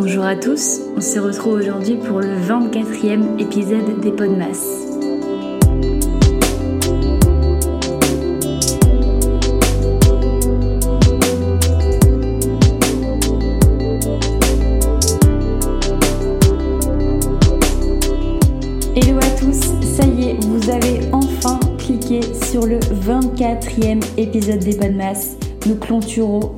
Bonjour à tous, on se retrouve aujourd'hui pour le 24e épisode des Podmas. Hello à tous, ça y est, vous avez enfin cliqué sur le 24e épisode des Podmas. Nous clôturons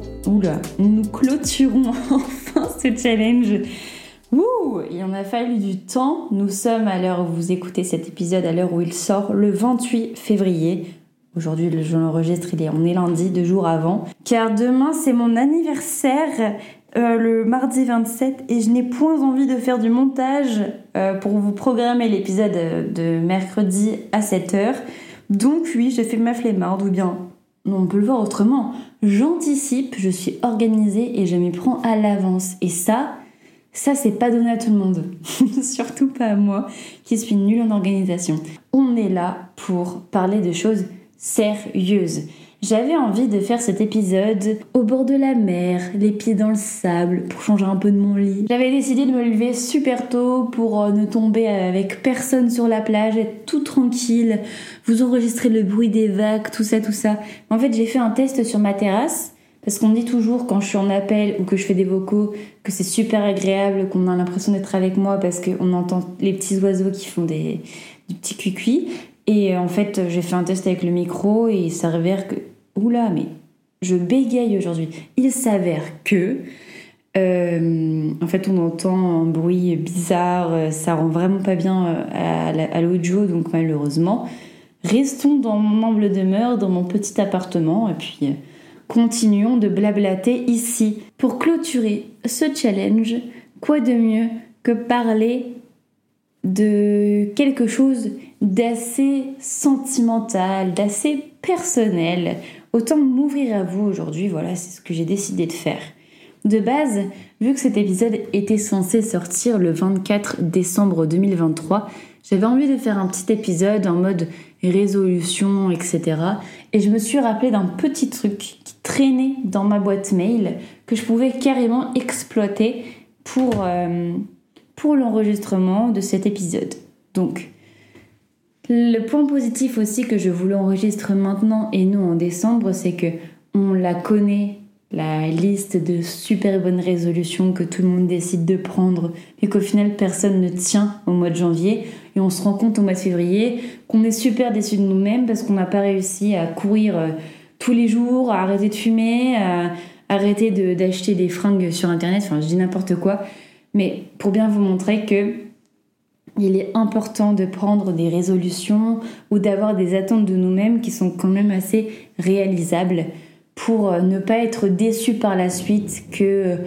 enfin ce challenge. Il en a fallu du temps. Nous sommes à l'heure où vous écoutez cet épisode, à l'heure où il sort, le 28 février. Aujourd'hui, je l'enregistre, on est lundi, 2 jours avant. Car demain, c'est mon anniversaire, le mardi 27, et je n'ai point envie de faire du montage pour vous programmer l'épisode de mercredi à 7h. Donc oui, je fais ma flemmarde, ou bien... Non, on peut le voir autrement. J'anticipe, je suis organisée et je m'y prends à l'avance. Et ça c'est pas donné à tout le monde. Surtout pas à moi, qui suis nulle en organisation. On est là pour parler de choses sérieuses. J'avais envie de faire cet épisode au bord de la mer, les pieds dans le sable, pour changer un peu de mon lit. J'avais décidé de me lever super tôt pour ne tomber avec personne sur la plage, être tout tranquille, vous enregistrer le bruit des vagues, tout ça. En fait, j'ai fait un test sur ma terrasse, parce qu'on dit toujours quand je suis en appel ou que je fais des vocaux que c'est super agréable, qu'on a l'impression d'être avec moi parce qu'on entend les petits oiseaux qui font du petit cuicui. Et en fait, j'ai fait un test avec le micro et il s'avère que... Oula, mais je bégaye aujourd'hui. Il s'avère que... en fait, on entend un bruit bizarre, ça rend vraiment pas bien à l'audio, donc malheureusement. Restons dans mon humble demeure, dans mon petit appartement, et puis continuons de blablater ici. Pour clôturer ce challenge, quoi de mieux que parler de quelque chose d'assez sentimental, d'assez personnel. Autant m'ouvrir à vous aujourd'hui, voilà, c'est ce que j'ai décidé de faire. De base, vu que cet épisode était censé sortir le 24 décembre 2023, j'avais envie de faire un petit épisode en mode résolution, etc. Et je me suis rappelé d'un petit truc qui traînait dans ma boîte mail que je pouvais carrément exploiter pour l'enregistrement de cet épisode. Donc, le point positif aussi que je vous l'enregistre maintenant et non en décembre, c'est que on la connaît, la liste de super bonnes résolutions que tout le monde décide de prendre et qu'au final personne ne tient au mois de janvier, et on se rend compte au mois de février qu'on est super déçus de nous-mêmes parce qu'on n'a pas réussi à courir tous les jours, à arrêter de fumer, à arrêter d'acheter des fringues sur internet, enfin je dis n'importe quoi. Mais pour bien vous montrer que il est important de prendre des résolutions ou d'avoir des attentes de nous-mêmes qui sont quand même assez réalisables pour ne pas être déçus par la suite, que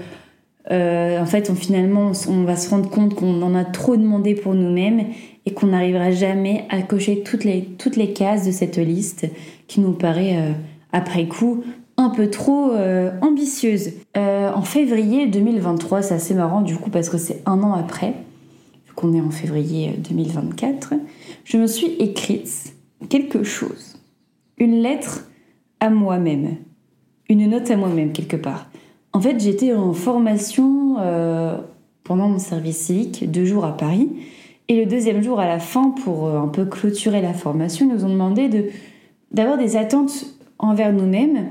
en fait on va se rendre compte qu'on en a trop demandé pour nous-mêmes et qu'on n'arrivera jamais à cocher toutes les cases de cette liste qui nous paraît après coup un peu trop ambitieuse. En février 2023, c'est assez marrant du coup parce que c'est un an après, vu qu'on est en février 2024, je me suis écrite quelque chose. Une lettre à moi-même. Une note à moi-même quelque part. En fait, j'étais en formation pendant mon service civique, 2 jours à Paris, et le 2e jour à la fin, pour un peu clôturer la formation, ils nous ont demandé d'avoir des attentes envers nous-mêmes,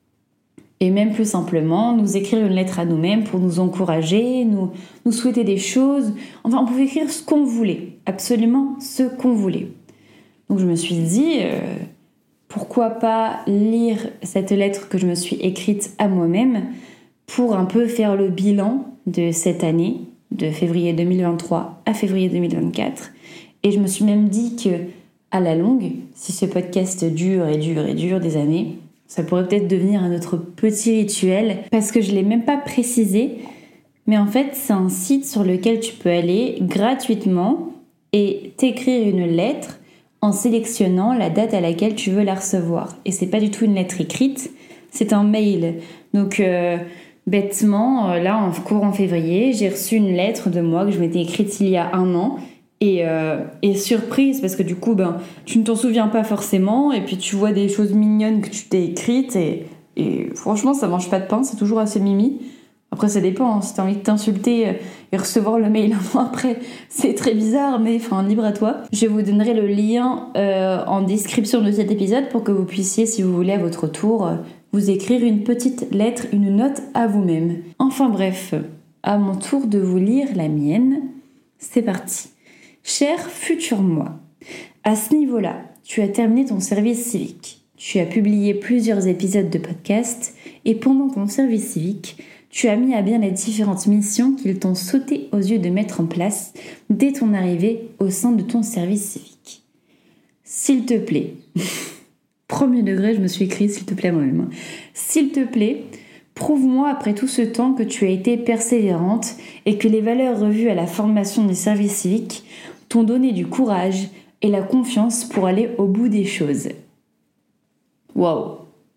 et même plus simplement, nous écrire une lettre à nous-mêmes pour nous encourager, nous souhaiter des choses. Enfin, on pouvait écrire ce qu'on voulait, absolument ce qu'on voulait. Donc je me suis dit, pourquoi pas lire cette lettre que je me suis écrite à moi-même pour un peu faire le bilan de cette année, de février 2023 à février 2024. Et je me suis même dit que, à la longue, si ce podcast dure des années, ça pourrait peut-être devenir notre petit rituel, parce que je ne l'ai même pas précisé, mais en fait, c'est un site sur lequel tu peux aller gratuitement et t'écrire une lettre en sélectionnant la date à laquelle tu veux la recevoir. Et c'est pas du tout une lettre écrite, c'est un mail. Donc, bêtement, là, en courant février, j'ai reçu une lettre de moi que je m'étais écrite il y a 1 an, et surprise parce que du coup tu ne t'en souviens pas forcément et puis tu vois des choses mignonnes que tu t'es écrites et franchement ça mange pas de pain, c'est toujours assez mimi, Après, ça dépend, hein. Si t'as envie de t'insulter et recevoir le mail un mois après, c'est très bizarre, mais enfin, libre à toi. Je vous donnerai le lien en description de cet épisode pour que vous puissiez, si vous voulez, à votre tour, vous écrire une petite lettre, une note à vous-même. Enfin bref, à mon tour de vous lire la mienne. C'est parti. Cher futur moi, à ce niveau-là, tu as terminé ton service civique. Tu as publié plusieurs épisodes de podcast et pendant ton service civique, tu as mis à bien les différentes missions qu'ils t'ont sauté aux yeux de mettre en place dès ton arrivée au sein de ton service civique. S'il te plaît, premier degré, je me suis écrit s'il te plaît moi-même. S'il te plaît, prouve-moi après tout ce temps que tu as été persévérante et que les valeurs revues à la formation du service civique t'ont donné du courage et la confiance pour aller au bout des choses. Waouh.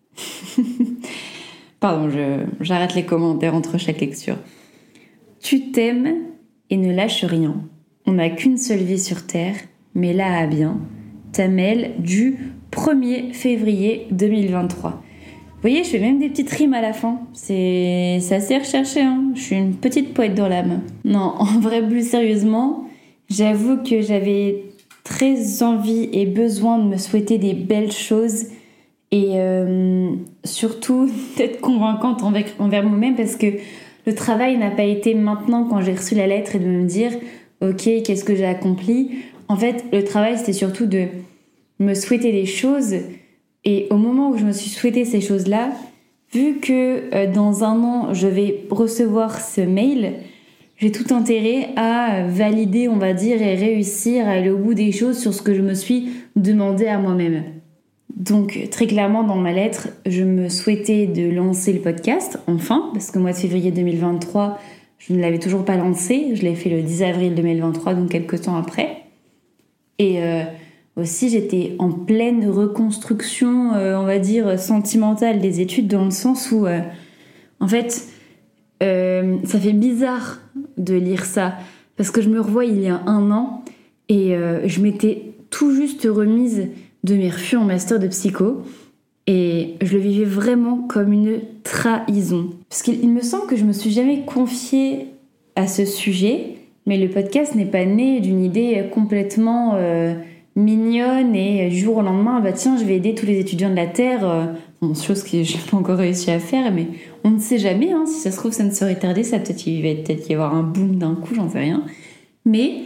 Pardon, j'arrête les commentaires entre chaque lecture. Tu t'aimes et ne lâche rien. On n'a qu'une seule vie sur Terre, mais là à bien. Ta mail du 1er février 2023. Vous voyez, je fais même des petites rimes à la fin. C'est assez recherché, hein. Je suis une petite poète dans l'âme. Non, en vrai, plus sérieusement, j'avoue que j'avais très envie et besoin de me souhaiter des belles choses et surtout d'être convaincante envers moi-même parce que le travail n'a pas été maintenant quand j'ai reçu la lettre et de me dire ok, qu'est-ce que j'ai accompli. En fait, le travail c'était surtout de me souhaiter des choses et au moment où je me suis souhaité ces choses-là, vu que dans un an je vais recevoir ce mail, j'ai tout intérêt à valider, on va dire, et réussir à aller au bout des choses sur ce que je me suis demandé à moi-même. Donc, très clairement, dans ma lettre, je me souhaitais de lancer le podcast, enfin, parce qu'au mois de février 2023, je ne l'avais toujours pas lancé. Je l'ai fait le 10 avril 2023, donc quelques temps après. Et aussi, j'étais en pleine reconstruction, on va dire, sentimentale des études, dans le sens où, en fait, ça fait bizarre de lire ça, parce que je me revois il y a un an, et je m'étais tout juste remise de mes refus en master de psycho et je le vivais vraiment comme une trahison. Parce qu'il me semble que je me suis jamais confiée à ce sujet, mais le podcast n'est pas né d'une idée complètement mignonne et du jour au lendemain, bah tiens, je vais aider tous les étudiants de la Terre. Bon, chose que j'ai pas encore réussi à faire, mais on ne sait jamais, hein, si ça se trouve ça ne serait tardé, ça il va peut-être y avoir un boom d'un coup, j'en sais rien. Mais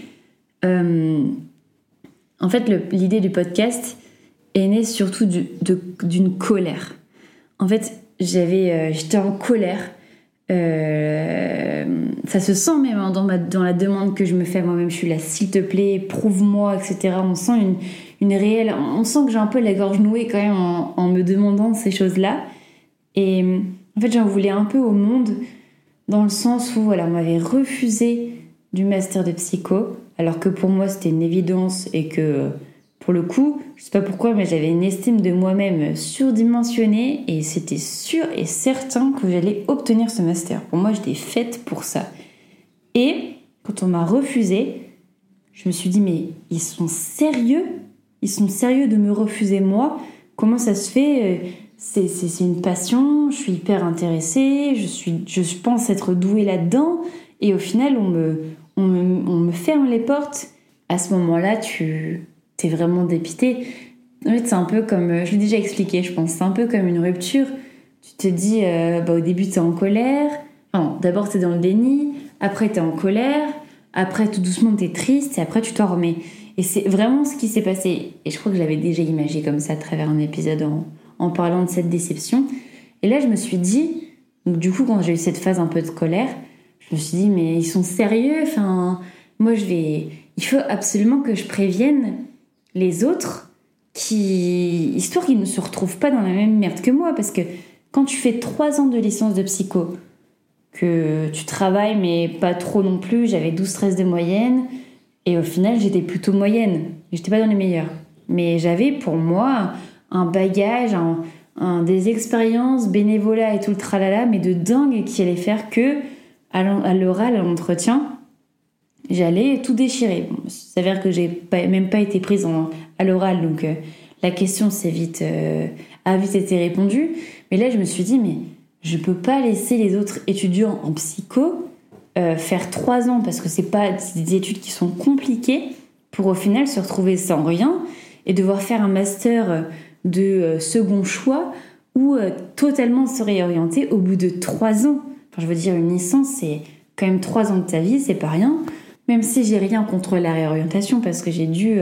en fait, l'idée du podcast est née surtout d'une colère. En fait, j'étais en colère. Ça se sent même hein, dans la demande que je me fais à moi-même. Je suis là, s'il te plaît, prouve-moi, etc. On sent une réelle... On sent que j'ai un peu la gorge nouée quand même en me demandant ces choses-là. Et en fait, j'en voulais un peu au monde dans le sens où voilà, on m'avait refusé du master de psycho, alors que pour moi, c'était une évidence et que... Pour le coup, je sais pas pourquoi, mais j'avais une estime de moi-même surdimensionnée et c'était sûr et certain que j'allais obtenir ce master. Pour moi, j'étais faite pour ça. Et quand on m'a refusé, je me suis dit, mais ils sont sérieux ? Ils sont sérieux de me refuser moi ? Comment ça se fait ? C'est une passion, je suis hyper intéressée, je pense être douée là-dedans et au final, on me ferme les portes. À ce moment-là, t'es vraiment dépité. En fait, c'est un peu comme... Je l'ai déjà expliqué, je pense. C'est un peu comme une rupture. Tu te dis, au début, t'es en colère. Enfin, d'abord, t'es dans le déni. Après, t'es en colère. Après, tout doucement, t'es triste. Et après, tu t'en remets. Et c'est vraiment ce qui s'est passé. Et je crois que je l'avais déjà imagé comme ça à travers un épisode en parlant de cette déception. Et là, je me suis dit... Donc, du coup, quand j'ai eu cette phase un peu de colère, je me suis dit, mais ils sont sérieux. Enfin, moi, il faut absolument que je prévienne les autres histoire qu'ils ne se retrouvent pas dans la même merde que moi, parce que quand tu fais 3 ans de licence de psycho, que tu travailles mais pas trop non plus, j'avais 12-13 de moyenne et au final j'étais plutôt moyenne, j'étais pas dans les meilleurs, mais j'avais pour moi un bagage, des expériences, bénévolat et tout le tralala, mais de dingue qui allait faire que à l'oral, à l'entretien, j'allais tout déchirer. Bon, il s'avère que j'ai même pas été prise à l'oral, donc la question a vite été répondue. Mais là, je me suis dit, mais je peux pas laisser les autres étudiants en psycho faire 3 ans, parce que c'est des études qui sont compliquées, pour au final se retrouver sans rien et devoir faire un master de second choix ou totalement se réorienter au bout de 3 ans. Enfin, je veux dire, une licence, c'est quand même 3 ans de ta vie, c'est pas rien. Même si j'ai rien contre la réorientation, parce que j'ai dû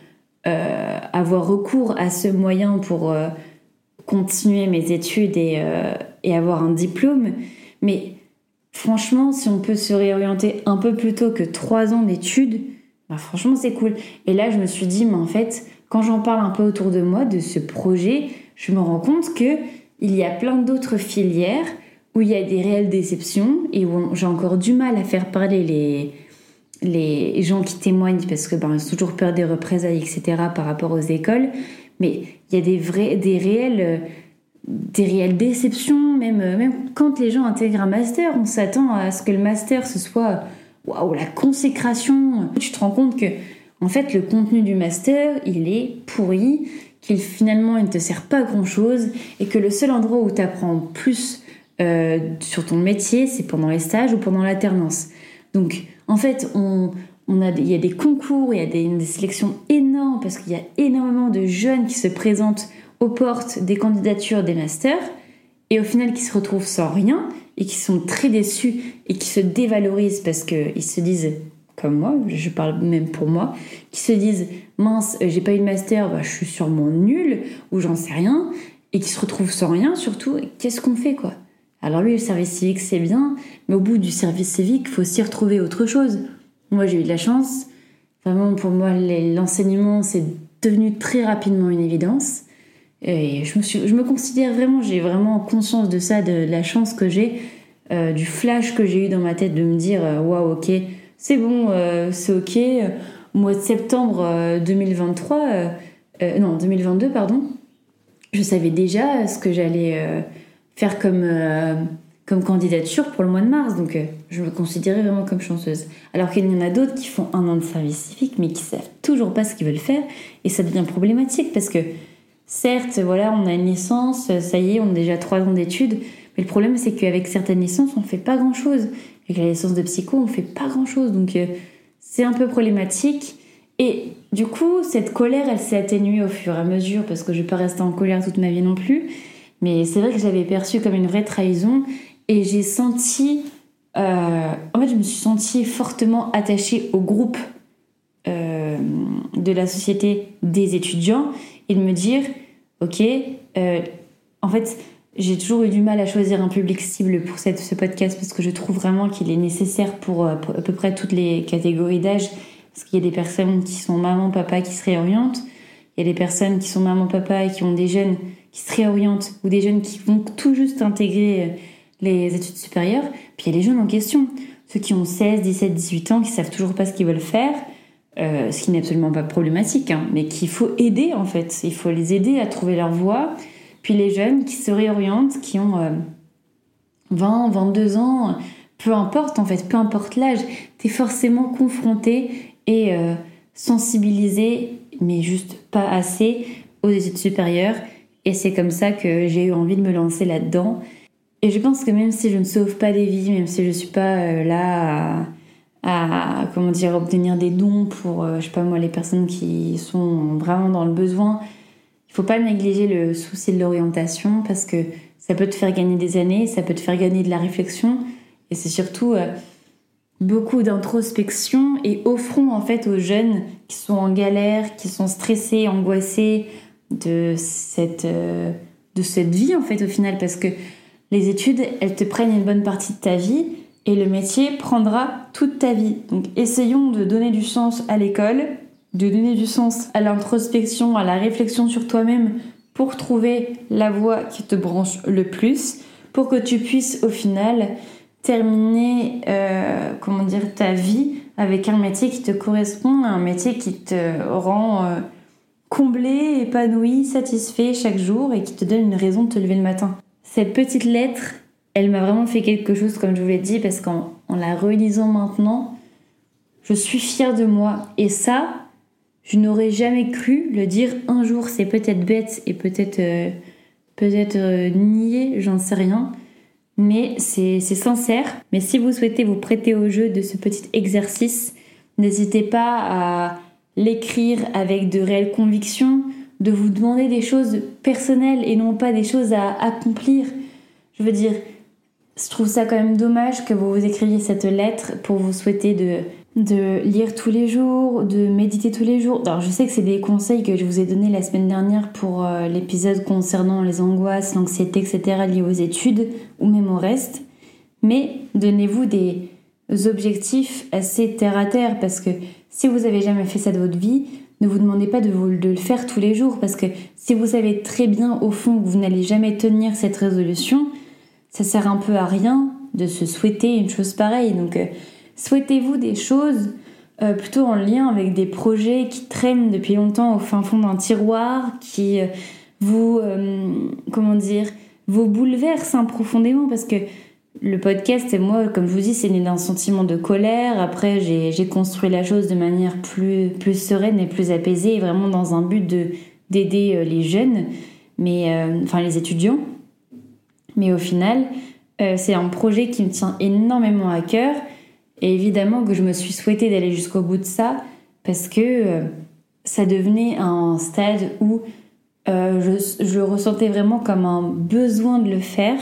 avoir recours à ce moyen pour continuer mes études et avoir un diplôme. Mais franchement, si on peut se réorienter un peu plus tôt que 3 ans d'études, bah franchement, c'est cool. Et là, je me suis dit, mais en fait, quand j'en parle un peu autour de moi de ce projet, je me rends compte qu'il y a plein d'autres filières où il y a des réelles déceptions et où j'ai encore du mal à faire parler les gens qui témoignent, parce que ils ont toujours peur des représailles, etc. par rapport aux écoles. Mais il y a des réelles déceptions, même quand les gens intègrent un master, on s'attend à ce que le master ce soit waouh, la consécration. Tu te rends compte que en fait le contenu du master il est pourri, qu'il finalement il ne te sert pas à grand chose, et que le seul endroit où tu apprends plus sur ton métier, c'est pendant les stages ou pendant l'alternance. Donc en fait il y a des concours, il y a des sélections énormes, parce qu'il y a énormément de jeunes qui se présentent aux portes des candidatures des masters, et au final qui se retrouvent sans rien, et qui sont très déçus, et qui se dévalorisent, parce qu'ils se disent, comme moi, je parle même pour moi, qui se disent, mince, j'ai pas eu de master, je suis sûrement nulle, ou j'en sais rien, et qui se retrouvent sans rien, surtout, qu'est-ce qu'on fait, quoi? Alors lui, le service civique, c'est bien, mais au bout du service civique, il faut aussi retrouver autre chose. Moi, j'ai eu de la chance. Vraiment, pour moi, l'enseignement, c'est devenu très rapidement une évidence. Et je me considère vraiment, j'ai vraiment conscience de ça, de la chance que j'ai, du flash que j'ai eu dans ma tête de me dire, waouh, ok, c'est bon, c'est ok. Au mois de septembre 2022, pardon, je savais déjà ce que j'allais faire comme candidature pour le mois de mars, donc je me considérais vraiment comme chanceuse. Alors qu'il y en a d'autres qui font 1 an de service civique, mais qui savent toujours pas ce qu'ils veulent faire, et ça devient problématique, parce que certes, voilà, on a une licence, ça y est, on a déjà 3 ans d'études, mais le problème c'est qu'avec certaines licences, on fait pas grand-chose. Avec la licence de psycho, on fait pas grand-chose, donc c'est un peu problématique. Et du coup, cette colère, elle s'est atténuée au fur et à mesure, parce que je vais pas rester en colère toute ma vie non plus, mais c'est vrai que je l'avais perçue comme une vraie trahison. Et j'ai senti... en fait, je me suis sentie fortement attachée au groupe de la société des étudiants, et de me dire, ok, en fait, j'ai toujours eu du mal à choisir un public cible pour ce podcast, parce que je trouve vraiment qu'il est nécessaire pour à peu près toutes les catégories d'âge, parce qu'il y a des personnes qui sont maman, papa qui se réorientent, il y a des personnes qui sont maman, papa et qui ont des jeunes qui se réorientent, ou des jeunes qui vont tout juste intégrer les études supérieures. Puis il y a les jeunes en question, ceux qui ont 16, 17, 18 ans, qui savent toujours pas ce qu'ils veulent faire, ce qui n'est absolument pas problématique, hein, mais qu'il faut aider en fait. Il faut les aider à trouver leur voie. Puis les jeunes qui se réorientent, qui ont 20, 22 ans, peu importe en fait, peu importe l'âge, t'es forcément confronté et sensibilisé, mais juste pas assez, aux études supérieures. Et c'est comme ça que j'ai eu envie de me lancer là-dedans. Et je pense que même si je ne sauve pas des vies, même si je suis pas là à comment dire, obtenir des dons pour, je sais pas moi, les personnes qui sont vraiment dans le besoin, il faut pas négliger le souci de l'orientation, parce que ça peut te faire gagner des années, ça peut te faire gagner de la réflexion, et c'est surtout beaucoup d'introspection. Et offrons en fait aux jeunes qui sont en galère, qui sont stressés, angoissés de cette vie en fait au final, parce que les études, elles te prennent une bonne partie de ta vie, et le métier prendra toute ta vie. Donc essayons de donner du sens à l'école, de donner du sens à l'introspection, à la réflexion sur toi-même, pour trouver la voie qui te branche le plus, pour que tu puisses au final terminer ta vie avec un métier qui te correspond, un métier qui te rend comblé, épanoui, satisfait chaque jour, et qui te donne une raison de te lever le matin. Cette petite lettre, elle m'a vraiment fait quelque chose, comme je vous l'ai dit, parce qu'en la relisant maintenant, je suis fière de moi. Et ça, je n'aurais jamais cru le dire un jour. C'est peut-être bête et peut-être nié, j'en sais rien. mais c'est sincère. Mais si vous souhaitez vous prêter au jeu de ce petit exercice, n'hésitez pas à l'écrire avec de réelles convictions, de vous demander des choses personnelles et non pas des choses à accomplir. Je veux dire, je trouve ça quand même dommage que vous écriviez cette lettre pour vous souhaiter de lire tous les jours, de méditer tous les jours. Alors je sais que c'est des conseils que je vous ai donnés la semaine dernière pour l'épisode concernant les angoisses, l'anxiété, etc. liées aux études ou même au reste. Mais donnez-vous des objectifs assez terre à terre, parce que si vous avez jamais fait ça de votre vie, ne vous demandez pas de le faire tous les jours, parce que si vous savez très bien au fond que vous n'allez jamais tenir cette résolution, ça sert un peu à rien de se souhaiter une chose pareille. Donc souhaitez-vous des choses plutôt en lien avec des projets qui traînent depuis longtemps au fin fond d'un tiroir, qui vous bouleversent profondément, parce que le podcast, moi, comme je vous dis, c'est né d'un sentiment de colère. Après, j'ai construit la chose de manière plus sereine et plus apaisée, vraiment dans un but d'aider les jeunes, les étudiants. Mais au final, c'est un projet qui me tient énormément à cœur. Et évidemment que je me suis souhaité d'aller jusqu'au bout de ça, parce que ça devenait un stade où je le ressentais vraiment comme un besoin de le faire.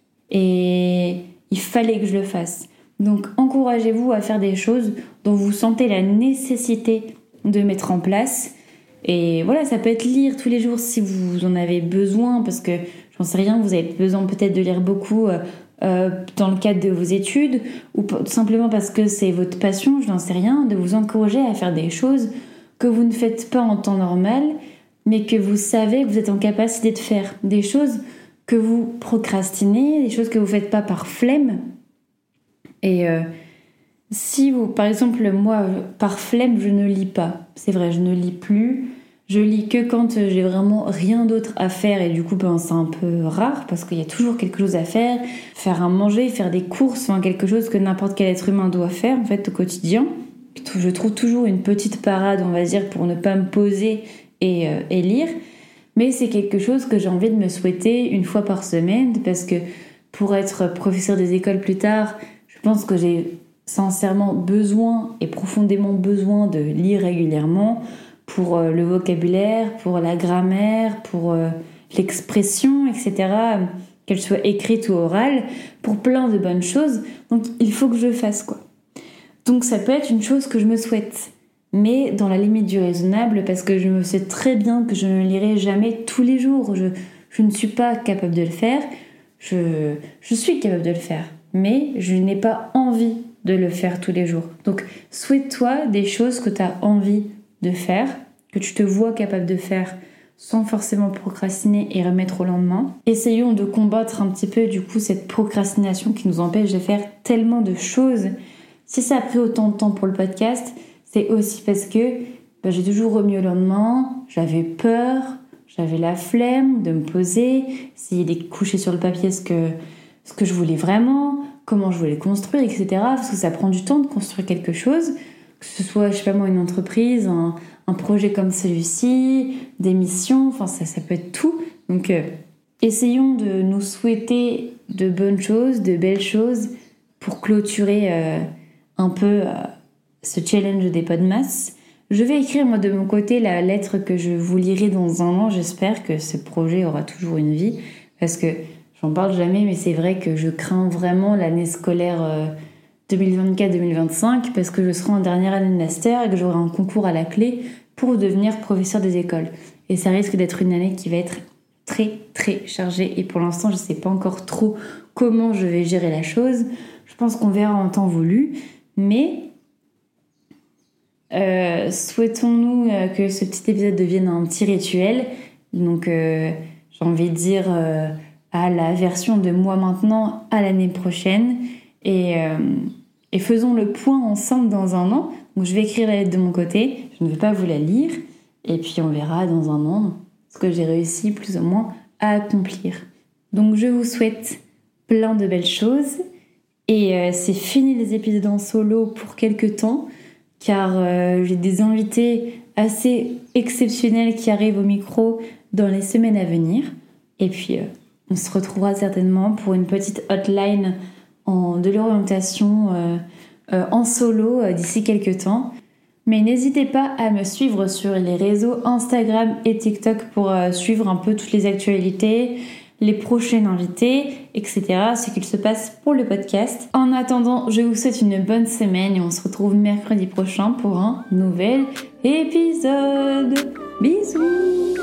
Et il fallait que je le fasse. Donc encouragez-vous à faire des choses dont vous sentez la nécessité de mettre en place. Et voilà, ça peut être lire tous les jours si vous en avez besoin, parce que j'en sais rien, vous avez besoin peut-être de lire beaucoup dans le cadre de vos études, ou tout simplement parce que c'est votre passion, je n'en sais rien, de vous encourager à faire des choses que vous ne faites pas en temps normal, mais que vous savez que vous êtes en capacité de faire. Des choses que vous procrastinez, des choses que vous ne faites pas par flemme. Et si vous, par exemple, moi, par flemme, je ne lis pas. C'est vrai, je ne lis plus. Je lis que quand j'ai vraiment rien d'autre à faire, et du coup, c'est un peu rare, parce qu'il y a toujours quelque chose à faire. Faire à manger, faire des courses, quelque chose que n'importe quel être humain doit faire, en fait, au quotidien. Je trouve toujours une petite parade, on va dire, pour ne pas me poser et lire. Mais c'est quelque chose que j'ai envie de me souhaiter une fois par semaine, parce que pour être professeur des écoles plus tard, je pense que j'ai sincèrement besoin et profondément besoin de lire régulièrement pour le vocabulaire, pour la grammaire, pour l'expression, etc., qu'elle soit écrite ou orale, pour plein de bonnes choses. Donc il faut que je le fasse, quoi. Donc ça peut être une chose que je me souhaite, mais dans la limite du raisonnable, parce que je me sais très bien que je ne lirai jamais tous les jours. Je ne suis pas capable de le faire. Je suis capable de le faire, mais je n'ai pas envie de le faire tous les jours. Donc souhaite-toi des choses que tu as envie de faire, que tu te vois capable de faire sans forcément procrastiner et remettre au lendemain. Essayons de combattre un petit peu du coup cette procrastination qui nous empêche de faire tellement de choses. Si ça a pris autant de temps pour le podcast, c'est aussi parce que j'ai toujours remis au lendemain, j'avais peur, j'avais la flemme de me poser, essayer de coucher sur le papier ce que je voulais vraiment, comment je voulais construire, etc. Parce que ça prend du temps de construire quelque chose, que ce soit, une entreprise, un projet comme celui-ci, des missions, ça peut être tout. Donc essayons de nous souhaiter de bonnes choses, de belles choses, pour clôturer un peu ce challenge des Podmas. Je vais écrire moi de mon côté la lettre que je vous lirai dans un an. J'espère que ce projet aura toujours une vie, parce que j'en parle jamais, mais c'est vrai que je crains vraiment l'année scolaire 2024-2025, parce que je serai en dernière année de master et que j'aurai un concours à la clé pour devenir professeur des écoles. Et ça risque d'être une année qui va être très très chargée, et pour l'instant je ne sais pas encore trop comment je vais gérer la chose. Je pense qu'on verra en temps voulu, mais souhaitons-nous que ce petit épisode devienne un petit rituel. Donc j'ai envie de dire à la version de moi maintenant à l'année prochaine, et faisons le point ensemble dans un an. Donc je vais écrire la lettre de mon côté, je ne vais pas vous la lire, et puis on verra dans un an ce que j'ai réussi plus ou moins à accomplir. Donc je vous souhaite plein de belles choses, et c'est fini les épisodes en solo pour quelques temps, car j'ai des invités assez exceptionnels qui arrivent au micro dans les semaines à venir. Et puis on se retrouvera certainement pour une petite hotline de l'orientation en solo d'ici quelques temps. Mais n'hésitez pas à me suivre sur les réseaux Instagram et TikTok pour suivre un peu toutes les actualités, les prochains invités, etc. Ce qu'il se passe pour le podcast. En attendant, je vous souhaite une bonne semaine et on se retrouve mercredi prochain pour un nouvel épisode. Bisous!